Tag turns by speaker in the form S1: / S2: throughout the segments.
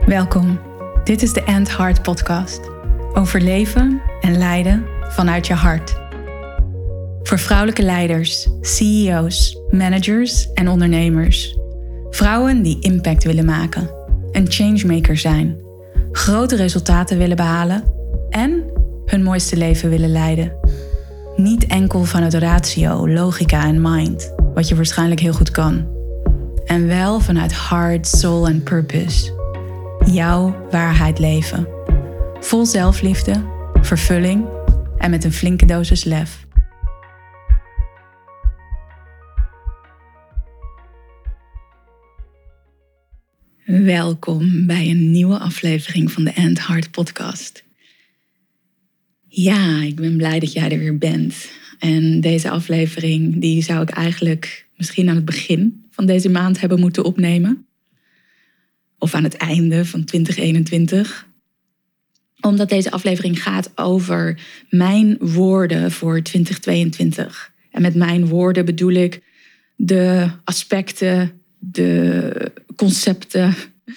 S1: Welkom. Dit is de And Heart podcast. Over leven en leiden vanuit je hart. Voor vrouwelijke leiders, CEO's, managers en ondernemers. Vrouwen die impact willen maken. Een changemaker zijn. Grote resultaten willen behalen. En hun mooiste leven willen leiden. Niet enkel vanuit ratio, logica en mind. Wat je waarschijnlijk heel goed kan. En wel vanuit heart, soul en purpose. Jouw waarheid leven. Vol zelfliefde, vervulling en met een flinke dosis lef. Welkom bij een nieuwe aflevering van de And Heart podcast. Ja, ik ben blij dat jij er weer bent. En deze aflevering die zou ik eigenlijk misschien aan het begin van deze maand hebben moeten opnemen. Of aan het einde van 2021. Omdat deze aflevering gaat over mijn woorden voor 2022. En met mijn woorden bedoel ik de aspecten, de concepten,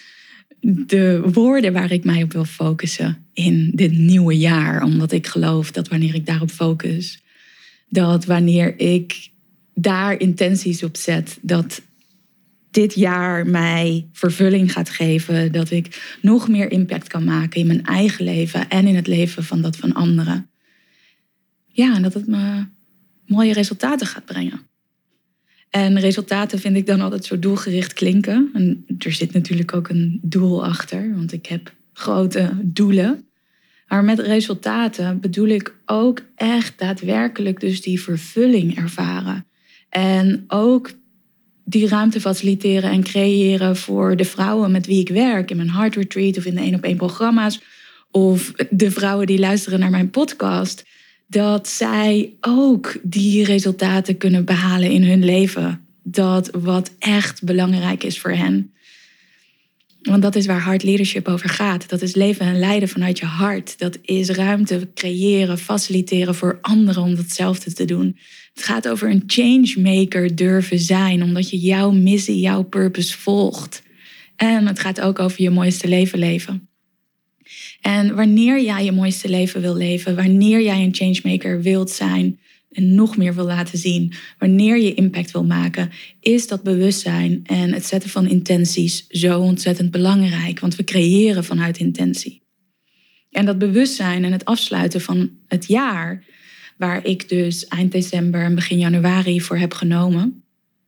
S1: de woorden waar ik mij op wil focussen in dit nieuwe jaar. Omdat ik geloof dat wanneer ik daarop focus, dat wanneer ik daar intenties op zet, dat dit jaar mij vervulling gaat geven. Dat ik nog meer impact kan maken in mijn eigen leven en in het leven van dat van anderen. Ja, en dat het me mooie resultaten gaat brengen. En resultaten vind ik dan altijd zo doelgericht klinken. En er zit natuurlijk ook een doel achter, want ik heb grote doelen. Maar met resultaten bedoel ik ook echt daadwerkelijk dus die vervulling ervaren. En ook die ruimte faciliteren en creëren voor de vrouwen met wie ik werk in mijn Heart Retreat of in de 1-op-1 programma's. Of de vrouwen die luisteren naar mijn podcast. Dat zij ook die resultaten kunnen behalen in hun leven. Dat wat echt belangrijk is voor hen. Want dat is waar Heart Leadership over gaat. Dat is leven en leiden vanuit je hart. Dat is ruimte creëren, faciliteren voor anderen om datzelfde te doen. Het gaat over een changemaker durven zijn, omdat je jouw missie, jouw purpose volgt. En het gaat ook over je mooiste leven leven. En wanneer jij je mooiste leven wil leven, wanneer jij een changemaker wilt zijn en nog meer wil laten zien, wanneer je impact wil maken, is dat bewustzijn en het zetten van intenties zo ontzettend belangrijk. Want we creëren vanuit intentie. En dat bewustzijn en het afsluiten van het jaar, waar ik dus eind december en begin januari voor heb genomen,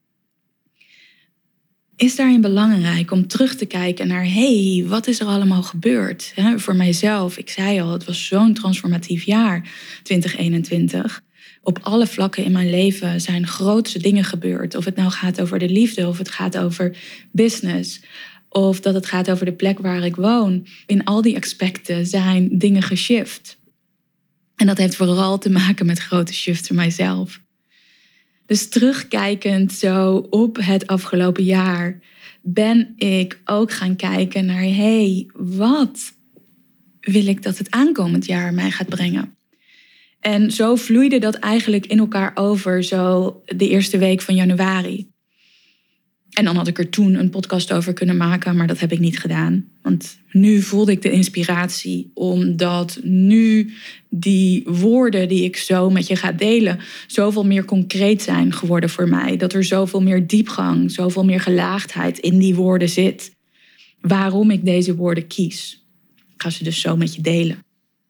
S1: is daarin belangrijk om terug te kijken naar, wat is er allemaal gebeurd? Voor mijzelf, ik zei al, het was zo'n transformatief jaar, 2021. Op alle vlakken in mijn leven zijn grootste dingen gebeurd. Of het nou gaat over de liefde, of het gaat over business, of dat het gaat over de plek waar ik woon. In al die aspecten zijn dingen geshift. En dat heeft vooral te maken met grote shifts in mijzelf. Dus terugkijkend zo op het afgelopen jaar ben ik ook gaan kijken naar, wat wil ik dat het aankomend jaar mij gaat brengen? En zo vloeide dat eigenlijk in elkaar over, zo de eerste week van januari. En dan had ik er toen een podcast over kunnen maken, maar dat heb ik niet gedaan. Want nu voelde ik de inspiratie, omdat nu die woorden die ik zo met je ga delen zoveel meer concreet zijn geworden voor mij. Dat er zoveel meer diepgang, zoveel meer gelaagdheid in die woorden zit. Waarom ik deze woorden kies. Ik ga ze dus zo met je delen.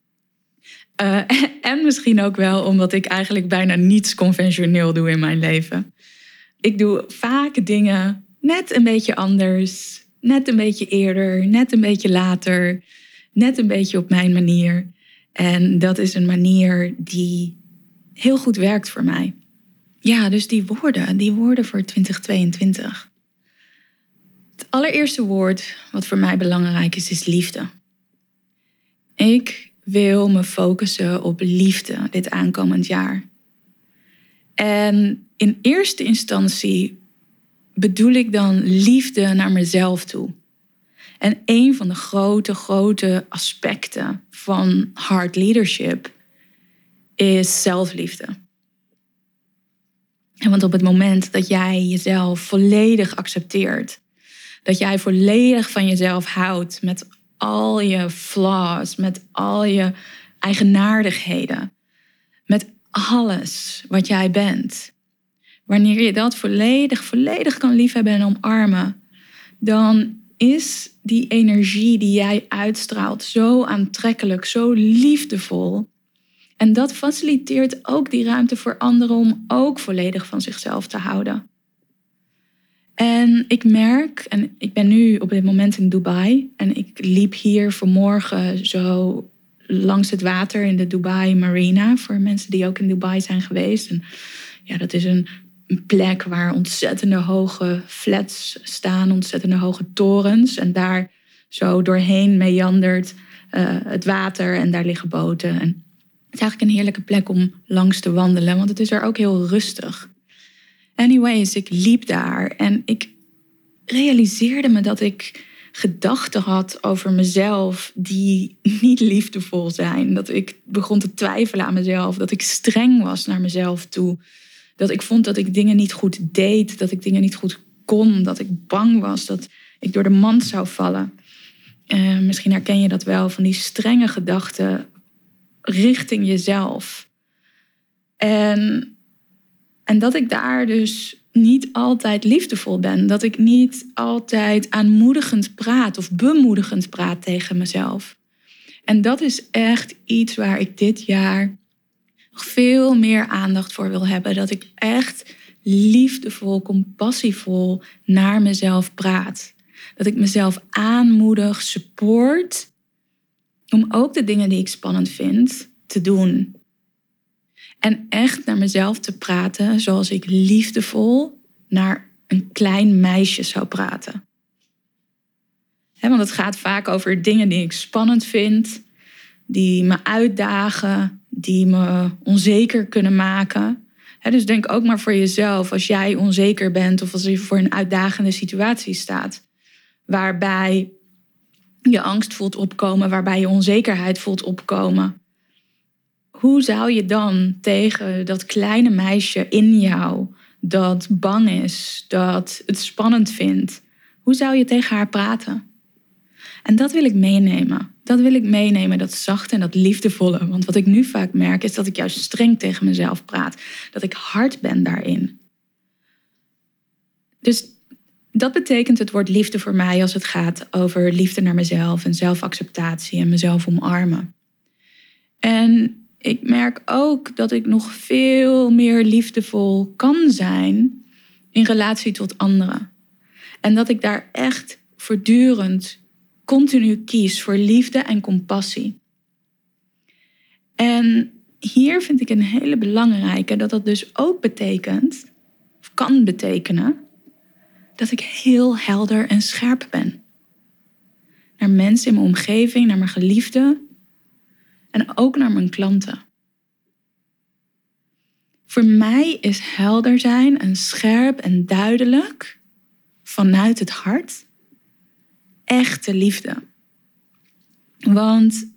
S1: En misschien ook wel omdat ik eigenlijk bijna niets conventioneel doe in mijn leven. Ik doe vaak dingen net een beetje anders, net een beetje eerder, net een beetje later, net een beetje op mijn manier. En dat is een manier die heel goed werkt voor mij. Ja, dus die woorden voor 2022. Het allereerste woord wat voor mij belangrijk is liefde. Ik wil me focussen op liefde dit aankomend jaar. En in eerste instantie bedoel ik dan liefde naar mezelf toe. En een van de grote aspecten van Heart Leadership is zelfliefde. En want op het moment dat jij jezelf volledig accepteert, Dat jij volledig van jezelf houdt met al je flaws, met al je eigenaardigheden, met alles wat jij bent. Wanneer je dat volledig kan liefhebben en omarmen, dan is die energie die jij uitstraalt zo aantrekkelijk, zo liefdevol. En dat faciliteert ook die ruimte voor anderen om ook volledig van zichzelf te houden. En ik merk, en ik ben nu op dit moment in Dubai en ik liep hier vanmorgen zo langs het water in de Dubai Marina, voor mensen die ook in Dubai zijn geweest. En ja, dat is een plek waar ontzettende hoge flats staan, ontzettende hoge torens. En daar zo doorheen meandert het water en daar liggen boten. En het is eigenlijk een heerlijke plek om langs te wandelen, want het is er ook heel rustig. Anyways, ik liep daar en ik realiseerde me dat ik gedachten had over mezelf die niet liefdevol zijn. Dat ik begon te twijfelen aan mezelf, dat ik streng was naar mezelf toe. Dat ik vond dat ik dingen niet goed deed, dat ik dingen niet goed kon, dat ik bang was dat ik door de mand zou vallen. Misschien herken je dat wel, van die strenge gedachten richting jezelf. En dat ik daar dus niet altijd liefdevol ben. Dat ik niet altijd aanmoedigend praat of bemoedigend praat tegen mezelf. En dat is echt iets waar ik dit jaar nog veel meer aandacht voor wil hebben. Dat ik echt liefdevol, compassievol naar mezelf praat. Dat ik mezelf aanmoedig, support, om ook de dingen die ik spannend vind te doen. En echt naar mezelf te praten zoals ik liefdevol naar een klein meisje zou praten. Want het gaat vaak over dingen die ik spannend vind, die me uitdagen, die me onzeker kunnen maken. Dus denk ook maar voor jezelf, als jij onzeker bent of als je voor een uitdagende situatie staat, waarbij je angst voelt opkomen, waarbij je onzekerheid voelt opkomen. Hoe zou je dan tegen dat kleine meisje in jou, dat bang is, dat het spannend vindt, hoe zou je tegen haar praten? En dat wil ik meenemen. Dat wil ik meenemen, dat zachte en dat liefdevolle. Want wat ik nu vaak merk, is dat ik juist streng tegen mezelf praat. Dat ik hard ben daarin. Dus dat betekent het woord liefde voor mij als het gaat over liefde naar mezelf en zelfacceptatie en mezelf omarmen. En ik merk ook dat ik nog veel meer liefdevol kan zijn in relatie tot anderen. En dat ik daar echt voortdurend, continu kies voor liefde en compassie. En hier vind ik een hele belangrijke, dat dat dus ook betekent, of kan betekenen, dat ik heel helder en scherp ben. Naar mensen in mijn omgeving, naar mijn geliefden en ook naar mijn klanten. Voor mij is helder zijn en scherp en duidelijk vanuit het hart echte liefde. Want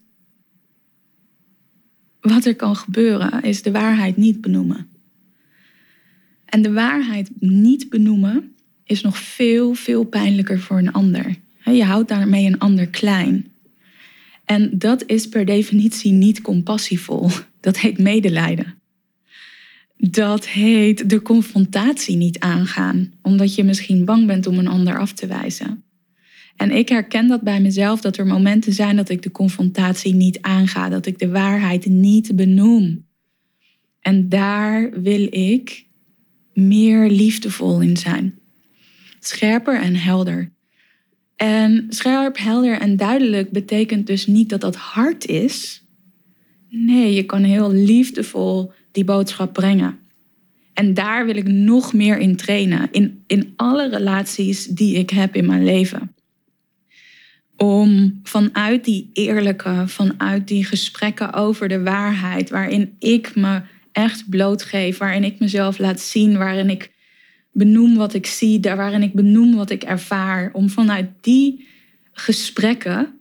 S1: wat er kan gebeuren is de waarheid niet benoemen. En de waarheid niet benoemen is nog veel, veel pijnlijker voor een ander. Je houdt daarmee een ander klein. En dat is per definitie niet compassievol. Dat heet medelijden. Dat heet de confrontatie niet aangaan, omdat je misschien bang bent om een ander af te wijzen. En ik herken dat bij mezelf, dat er momenten zijn dat ik de confrontatie niet aanga, dat ik de waarheid niet benoem. En daar wil ik meer liefdevol in zijn. Scherper en helder. En scherp, helder en duidelijk betekent dus niet dat dat hard is. Nee, je kan heel liefdevol die boodschap brengen. En daar wil ik nog meer in trainen. In alle relaties die ik heb in mijn leven. Om vanuit die eerlijke, vanuit die gesprekken over de waarheid, waarin ik me echt blootgeef, waarin ik mezelf laat zien, waarin ik benoem wat ik zie, waarin ik benoem wat ik ervaar, om vanuit die gesprekken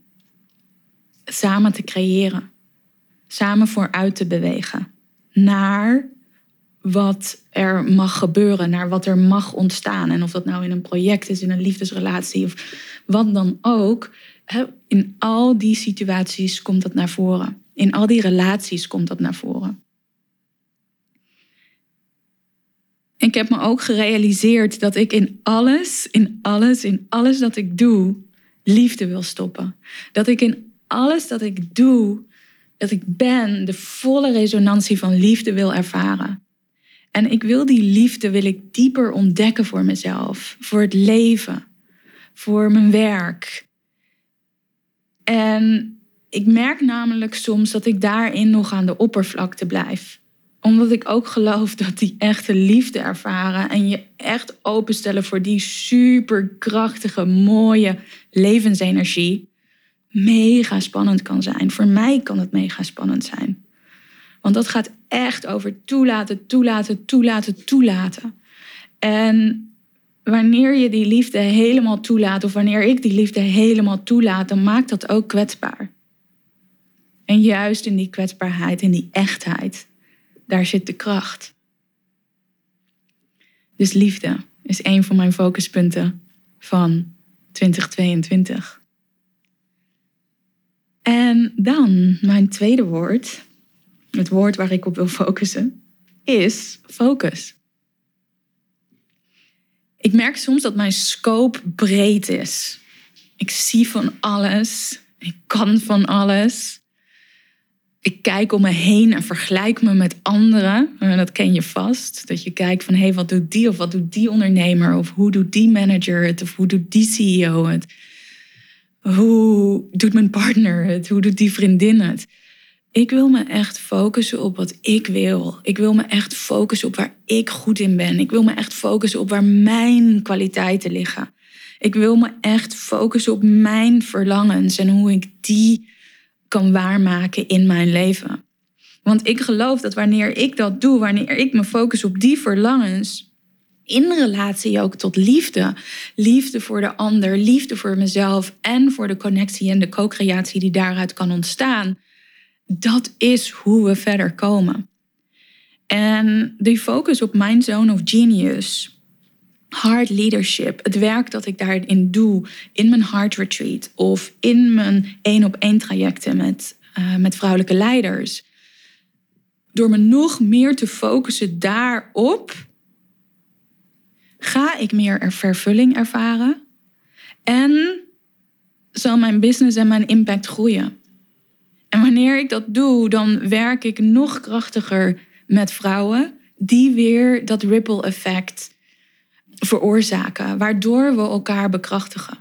S1: samen te creëren. Samen vooruit te bewegen. Naar wat er mag gebeuren, naar wat er mag ontstaan. En of dat nou in een project is, in een liefdesrelatie of wat dan ook. In al die situaties komt dat naar voren. In al die relaties komt dat naar voren. Ik heb me ook gerealiseerd dat ik in alles dat ik doe, liefde wil stoppen. Dat ik in alles dat ik doe, dat ik ben, de volle resonantie van liefde wil ervaren. En ik wil die liefde dieper ontdekken voor mezelf, voor het leven, voor mijn werk. En ik merk namelijk soms dat ik daarin nog aan de oppervlakte blijf. Omdat ik ook geloof dat die echte liefde ervaren en je echt openstellen voor die superkrachtige, mooie levensenergie mega spannend kan zijn. Voor mij kan het mega spannend zijn. Want dat gaat echt over toelaten. En wanneer je die liefde helemaal toelaat, of wanneer ik die liefde helemaal toelaat, dan maakt dat ook kwetsbaar. En juist in die kwetsbaarheid, in die echtheid, daar zit de kracht. Dus liefde is een van mijn focuspunten van 2022. En dan mijn tweede woord, het woord waar ik op wil focussen, is focus. Ik merk soms dat mijn scope breed is. Ik zie van alles. Ik kan van alles. Ik kijk om me heen en vergelijk me met anderen. En dat ken je vast. Dat je kijkt van, hey, wat doet die of wat doet die ondernemer? Of hoe doet die manager het? Of hoe doet die CEO het? Hoe doet mijn partner het? Hoe doet die vriendin het? Ik wil me echt focussen op wat ik wil. Ik wil me echt focussen op waar ik goed in ben. Ik wil me echt focussen op waar mijn kwaliteiten liggen. Ik wil me echt focussen op mijn verlangens en hoe ik die kan waarmaken in mijn leven. Want ik geloof dat wanneer ik dat doe, wanneer ik me focus op die verlangens, in relatie ook tot liefde, liefde voor de ander, liefde voor mezelf en voor de connectie en de co-creatie die daaruit kan ontstaan, dat is hoe we verder komen. En die focus op mijn zone of genius, heart leadership, het werk dat ik daarin doe, in mijn heart retreat of in mijn 1-op-1 trajecten met vrouwelijke leiders. Door me nog meer te focussen daarop, ga ik meer vervulling ervaren en zal mijn business en mijn impact groeien. En wanneer ik dat doe, dan werk ik nog krachtiger met vrouwen die weer dat ripple effect veroorzaken, waardoor we elkaar bekrachtigen.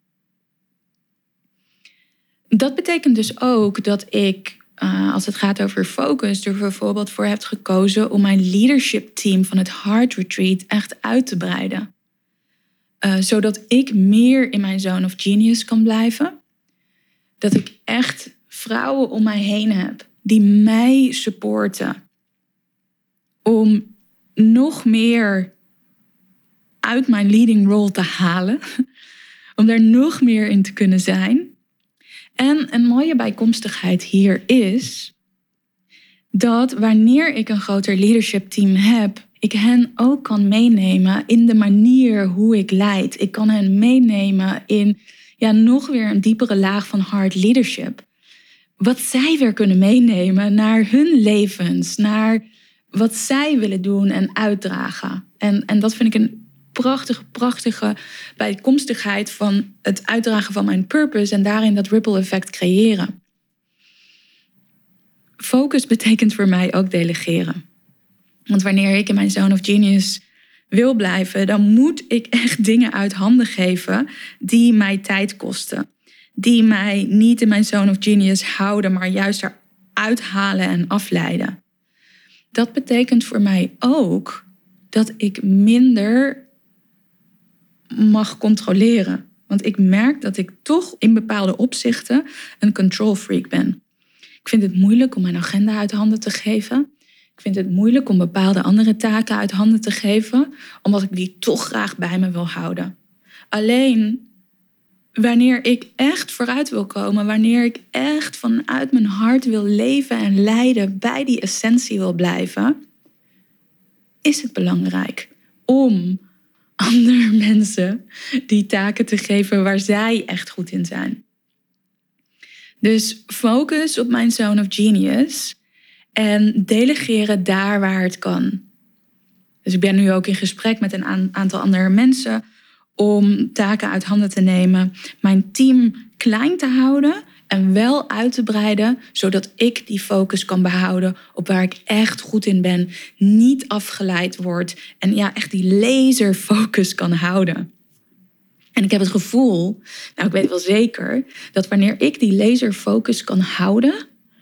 S1: Dat betekent dus ook dat ik, als het gaat over focus, er bijvoorbeeld voor heb gekozen om mijn leadership team van het Heart Retreat echt uit te breiden. Zodat ik meer in mijn zone of genius kan blijven. Dat ik echt vrouwen om mij heen heb die mij supporten om nog meer uit mijn leading role te halen. Om daar nog meer in te kunnen zijn. En een mooie bijkomstigheid hier is dat wanneer ik een groter leadership team heb, ik hen ook kan meenemen in de manier hoe ik leid. Ik kan hen meenemen in nog weer een diepere laag van heart leadership. Wat zij weer kunnen meenemen naar hun levens, naar wat zij willen doen en uitdragen. En dat vind ik een prachtige bijkomstigheid van het uitdragen van mijn purpose en daarin dat ripple effect creëren. Focus betekent voor mij ook delegeren. Want wanneer ik in mijn zone of genius wil blijven, dan moet ik echt dingen uit handen geven die mij tijd kosten. Die mij niet in mijn zone of genius houden, maar juist eruit halen en afleiden. Dat betekent voor mij ook dat ik minder mag controleren. Want ik merk dat ik toch in bepaalde opzichten een control freak ben. Ik vind het moeilijk om mijn agenda uit handen te geven. Ik vind het moeilijk om bepaalde andere taken uit handen te geven, omdat ik die toch graag bij me wil houden. Alleen wanneer ik echt vooruit wil komen, wanneer ik echt vanuit mijn hart wil leven en leiden, bij die essentie wil blijven, is het belangrijk om andere mensen die taken te geven waar zij echt goed in zijn. Dus focus op mijn zone of genius en delegeren daar waar het kan. Dus ik ben nu ook in gesprek met een aantal andere mensen om taken uit handen te nemen, mijn team klein te houden en wel uit te breiden, zodat ik die focus kan behouden op waar ik echt goed in ben, niet afgeleid word en echt die laserfocus kan houden. En ik heb het gevoel, ik weet wel zeker, dat wanneer ik die laserfocus kan houden,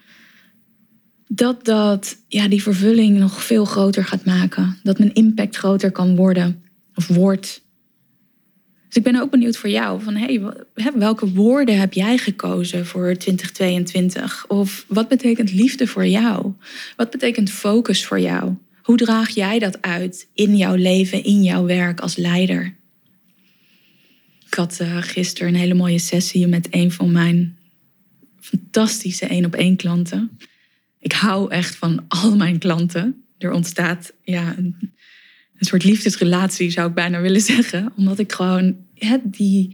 S1: dat die vervulling nog veel groter gaat maken. Dat mijn impact groter kan worden of wordt. Dus ik ben ook benieuwd voor jou. Van, welke woorden heb jij gekozen voor 2022? Of wat betekent liefde voor jou? Wat betekent focus voor jou? Hoe draag jij dat uit in jouw leven, in jouw werk als leider? Ik had gisteren een hele mooie sessie met een van mijn fantastische 1-op-1 klanten. Ik hou echt van al mijn klanten. Er ontstaat een soort liefdesrelatie, zou ik bijna willen zeggen. Omdat ik gewoon die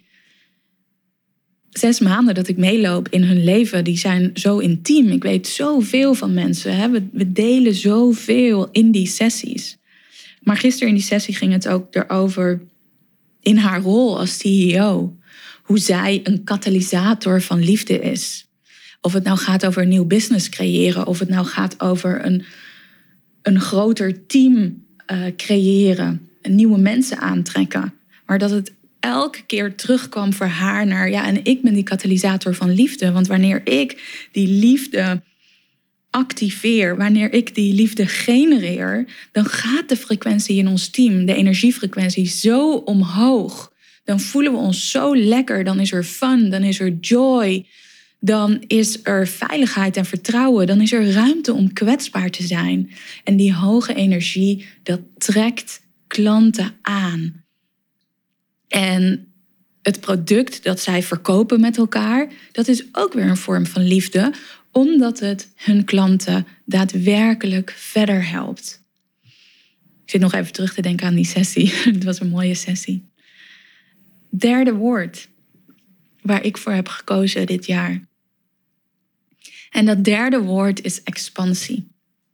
S1: 6 maanden dat ik meeloop in hun leven, die zijn zo intiem. Ik weet zoveel van mensen. We delen zoveel in die sessies. Maar gisteren in die sessie ging het ook erover, in haar rol als CEO, hoe zij een katalysator van liefde is. Of het nou gaat over een nieuw business creëren, of het nou gaat over een groter team creëren, nieuwe mensen aantrekken. Maar dat het elke keer terugkwam voor haar naar, en ik ben die katalysator van liefde. Want wanneer ik die liefde activeer, wanneer ik die liefde genereer, dan gaat de frequentie in ons team, de energiefrequentie, zo omhoog. Dan voelen we ons zo lekker, dan is er fun, dan is er joy, dan is er veiligheid en vertrouwen, dan is er ruimte om kwetsbaar te zijn. En die hoge energie, dat trekt klanten aan. En het product dat zij verkopen met elkaar, dat is ook weer een vorm van liefde, omdat het hun klanten daadwerkelijk verder helpt. Ik zit nog even terug te denken aan die sessie. Het was een mooie sessie. Derde woord waar ik voor heb gekozen dit jaar. En dat derde woord is expansie.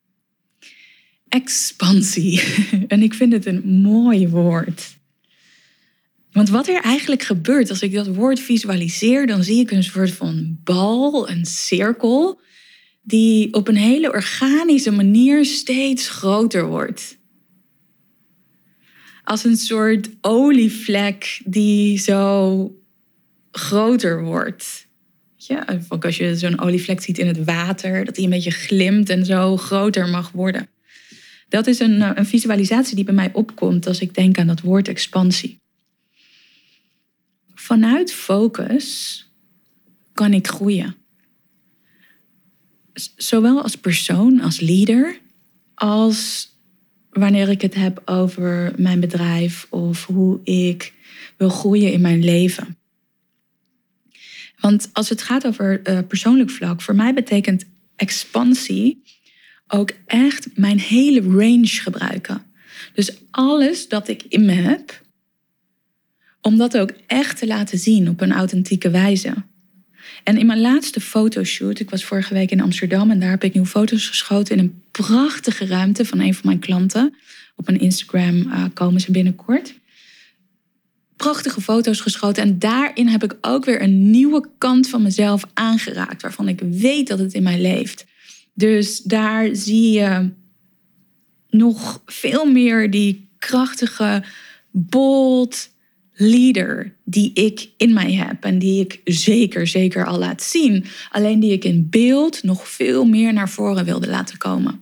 S1: Expansie. En ik vind het een mooi woord. Want wat er eigenlijk gebeurt als ik dat woord visualiseer, dan zie ik een soort van bal, een cirkel, die op een hele organische manier steeds groter wordt. Als een soort olievlek die zo groter wordt. Ja, ook als je zo'n olievlek ziet in het water, dat die een beetje glimt en zo groter mag worden. Dat is een visualisatie die bij mij opkomt als ik denk aan dat woord expansie. Vanuit focus kan ik groeien. Zowel als persoon, als leader, als wanneer ik het heb over mijn bedrijf of hoe ik wil groeien in mijn leven. Want als het gaat over persoonlijk vlak, voor mij betekent expansie ook echt mijn hele range gebruiken. Dus alles dat ik in me heb, om dat ook echt te laten zien op een authentieke wijze. En in mijn laatste fotoshoot, ik was vorige week in Amsterdam en daar heb ik nu foto's geschoten in een prachtige ruimte van een van mijn klanten. Op mijn Instagram komen ze binnenkort. Prachtige foto's geschoten en daarin heb ik ook weer een nieuwe kant van mezelf aangeraakt, waarvan ik weet dat het in mij leeft. Dus daar zie je nog veel meer die krachtige, bold leader die ik in mij heb en die ik zeker al laat zien. Alleen die ik in beeld nog veel meer naar voren wilde laten komen.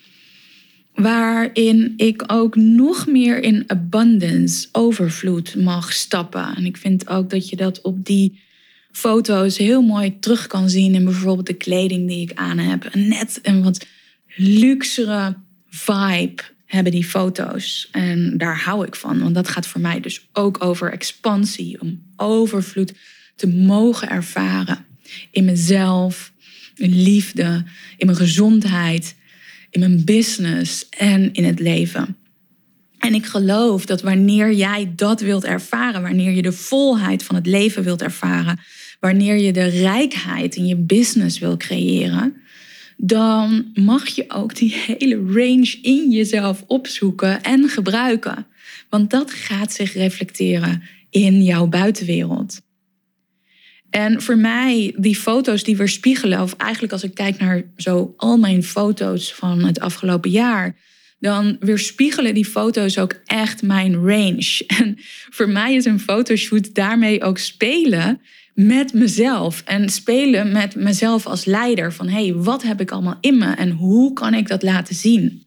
S1: Waarin ik ook nog meer in abundance, overvloed mag stappen. En ik vind ook dat je dat op die foto's heel mooi terug kan zien in bijvoorbeeld de kleding die ik aan heb. Net een wat luxere vibe hebben die foto's. En daar hou ik van, want dat gaat voor mij dus ook over expansie. Om overvloed te mogen ervaren. In mezelf, in liefde, in mijn gezondheid, in mijn business en in het leven. En ik geloof dat wanneer jij dat wilt ervaren, wanneer je de volheid van het leven wilt ervaren, wanneer je de rijkheid in je business wil creëren, dan mag je ook die hele range in jezelf opzoeken en gebruiken. Want dat gaat zich reflecteren in jouw buitenwereld. En voor mij, die foto's die weerspiegelen, of eigenlijk als ik kijk naar zo al mijn foto's van het afgelopen jaar, dan weerspiegelen die foto's ook echt mijn range. En voor mij is een fotoshoot daarmee ook spelen met mezelf. En spelen met mezelf als leider. Van hey, wat heb ik allemaal in me en hoe kan ik dat laten zien?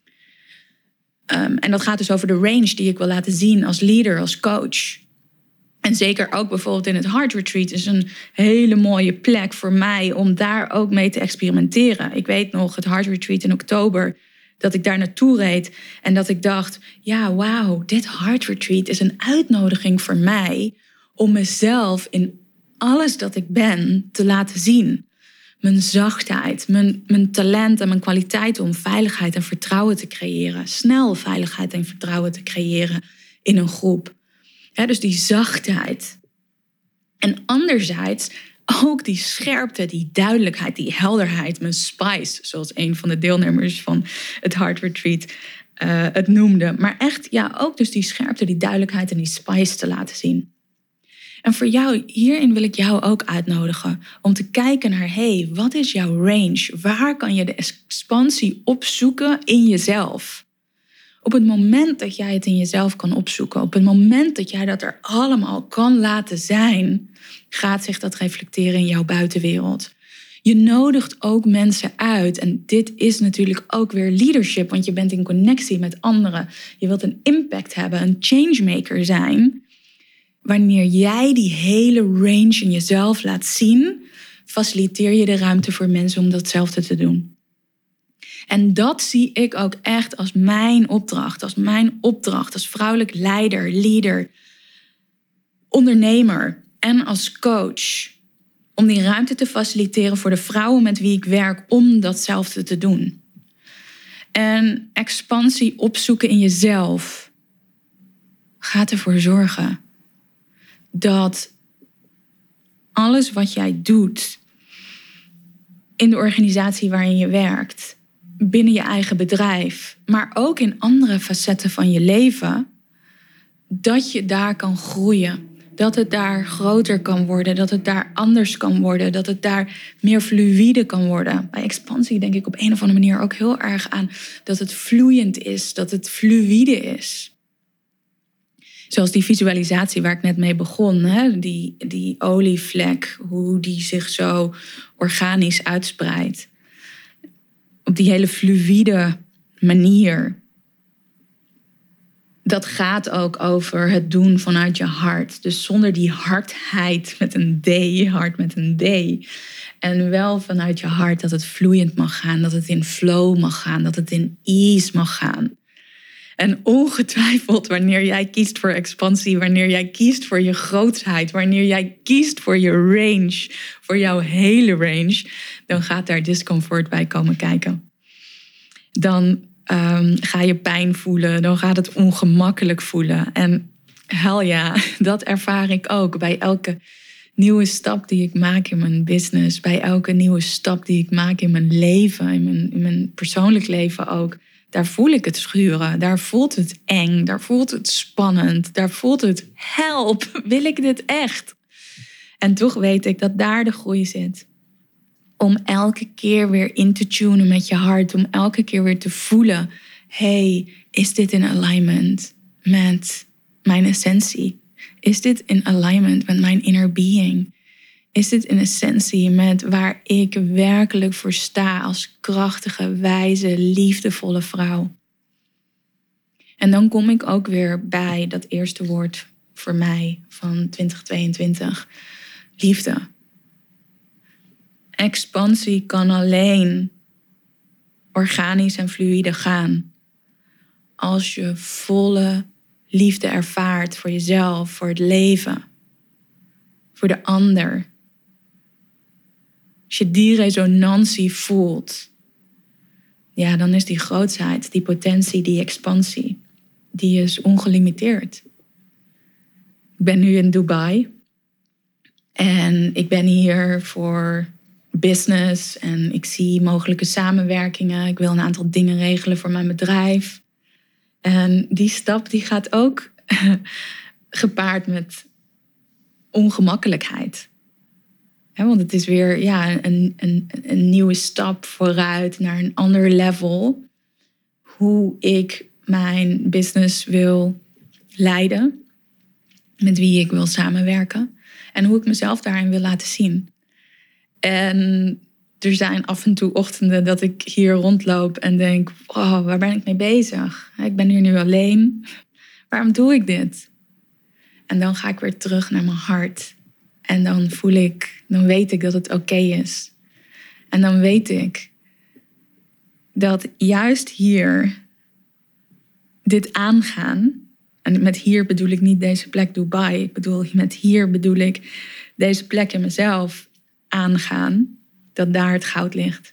S1: En dat gaat dus over de range die ik wil laten zien als leader, als coach. En zeker ook bijvoorbeeld in het Heart Retreat is een hele mooie plek voor mij om daar ook mee te experimenteren. Ik weet nog, het Heart Retreat in oktober, dat ik daar naartoe reed en dat ik dacht, ja, wauw, dit Heart Retreat is een uitnodiging voor mij om mezelf in alles dat ik ben te laten zien. Mijn zachtheid, mijn talent en mijn kwaliteit om veiligheid en vertrouwen te creëren. Snel veiligheid en vertrouwen te creëren in een groep. Dus die zachtheid. En anderzijds ook die scherpte, die duidelijkheid, die helderheid, mijn spice, zoals een van de deelnemers van het Heart Retreat het noemde. Maar echt, ja, ook dus die scherpte, die duidelijkheid en die spice te laten zien. En voor jou, hierin wil ik jou ook uitnodigen om te kijken naar, hey, wat is jouw range? Waar kan je de expansie opzoeken in jezelf? Op het moment dat jij het in jezelf kan opzoeken, op het moment dat jij dat er allemaal kan laten zijn, gaat zich dat reflecteren in jouw buitenwereld. Je nodigt ook mensen uit. En dit is natuurlijk ook weer leadership, want je bent in connectie met anderen. Je wilt een impact hebben, een changemaker zijn. Wanneer jij die hele range in jezelf laat zien, faciliteer je de ruimte voor mensen om datzelfde te doen. En dat zie ik ook echt als mijn opdracht. Als vrouwelijk leider, leader, ondernemer en als coach. Om die ruimte te faciliteren voor de vrouwen met wie ik werk om datzelfde te doen. En expansie opzoeken in jezelf gaat ervoor zorgen dat alles wat jij doet in de organisatie waarin je werkt, binnen je eigen bedrijf, maar ook in andere facetten van je leven, dat je daar kan groeien. Dat het daar groter kan worden, dat het daar anders kan worden, dat het daar meer fluïde kan worden. Bij expansie denk ik op een of andere manier ook heel erg aan dat het vloeiend is, dat het fluïde is. Zoals die visualisatie waar ik net mee begon, hè? Die olievlek, hoe die zich zo organisch uitspreidt. Op die hele fluïde manier. Dat gaat ook over het doen vanuit je hart. Dus zonder die hardheid met een D, hart met een D. En wel vanuit je hart dat het vloeiend mag gaan, dat het in flow mag gaan, dat het in ease mag gaan. En ongetwijfeld wanneer jij kiest voor expansie, wanneer jij kiest voor je grootheid, wanneer jij kiest voor je range, voor jouw hele range, dan gaat daar discomfort bij komen kijken. Dan ga je pijn voelen, dan gaat het ongemakkelijk voelen. En hell ja, dat ervaar ik ook bij elke nieuwe stap die ik maak in mijn business, bij elke nieuwe stap die ik maak in mijn leven, in mijn persoonlijk leven ook. Daar voel ik het schuren, daar voelt het eng, daar voelt het spannend, daar voelt het help, wil ik dit echt? En toch weet ik dat daar de groei zit. Om elke keer weer in te tunen met je hart, om elke keer weer te voelen, hey, is dit in alignment met mijn essentie? Is dit in alignment met mijn inner being? Is dit in essentie met waar ik werkelijk voor sta als krachtige, wijze, liefdevolle vrouw? En dan kom ik ook weer bij dat eerste woord voor mij van 2022. Liefde. Expansie kan alleen organisch en fluïde gaan als je volle liefde ervaart voor jezelf, voor het leven, voor de ander. Als je die resonantie voelt, ja, dan is die grootheid, die potentie, die expansie die is ongelimiteerd. Ik ben nu in Dubai. En ik ben hier voor business. En ik zie mogelijke samenwerkingen. Ik wil een aantal dingen regelen voor mijn bedrijf. En die stap die gaat ook gepaard met ongemakkelijkheid. Want het is weer een nieuwe stap vooruit naar een ander level. Hoe ik mijn business wil leiden. Met wie ik wil samenwerken. En hoe ik mezelf daarin wil laten zien. En er zijn af en toe ochtenden dat ik hier rondloop en denk... wow, waar ben ik mee bezig? Ik ben hier nu alleen. Waarom doe ik dit? En dan ga ik weer terug naar mijn hart. En dan weet ik dat het oké is. En dan weet ik dat juist hier dit aangaan... en met hier bedoel ik niet deze plek Dubai. Met hier bedoel ik deze plek in mezelf aangaan. Dat daar het goud ligt.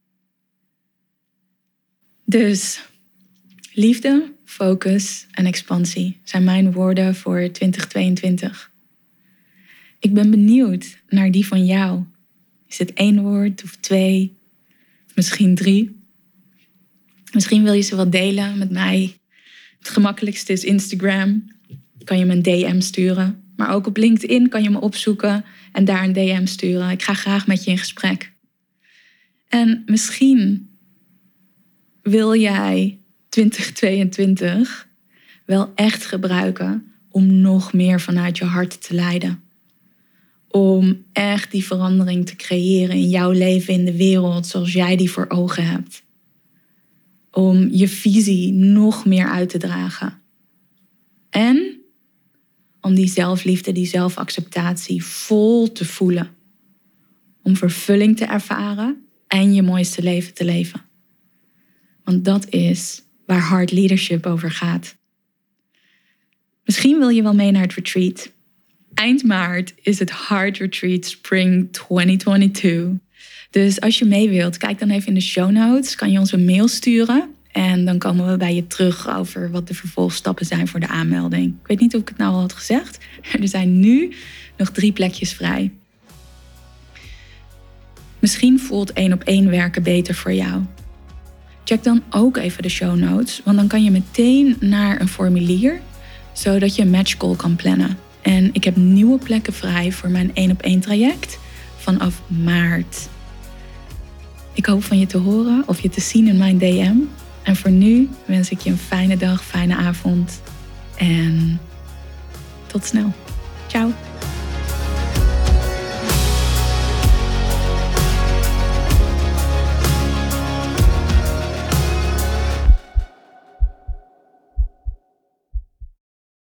S1: Dus liefde, focus en expansie zijn mijn woorden voor 2022. Ik ben benieuwd naar die van jou. Is het 1 woord of 2? Misschien 3? Misschien wil je ze wel delen met mij. Het gemakkelijkste is Instagram. Kan je me een DM sturen. Maar ook op LinkedIn kan je me opzoeken en daar een DM sturen. Ik ga graag met je in gesprek. En misschien wil jij 2022 wel echt gebruiken om nog meer vanuit je hart te leiden. Om echt die verandering te creëren in jouw leven, in de wereld, zoals jij die voor ogen hebt. Om je visie nog meer uit te dragen. En om die zelfliefde, die zelfacceptatie vol te voelen. Om vervulling te ervaren en je mooiste leven te leven. Want dat is waar Heart Leadership over gaat. Misschien wil je wel mee naar het retreat. Eind maart is het Heart Retreat Spring 2022. Dus als je mee wilt, kijk dan even in de show notes. Kan je ons een mail sturen. En dan komen we bij je terug over wat de vervolgstappen zijn voor de aanmelding. Ik weet niet of ik het nou al had gezegd. Er zijn nu nog 3 plekjes vrij. Misschien voelt 1-op-1 werken beter voor jou. Check dan ook even de show notes. Want dan kan je meteen naar een formulier. Zodat je een matchcall kan plannen. En ik heb nieuwe plekken vrij voor mijn 1-op-1 traject vanaf maart. Ik hoop van je te horen of je te zien in mijn DM. En voor nu wens ik je een fijne dag, fijne avond. En tot snel. Ciao.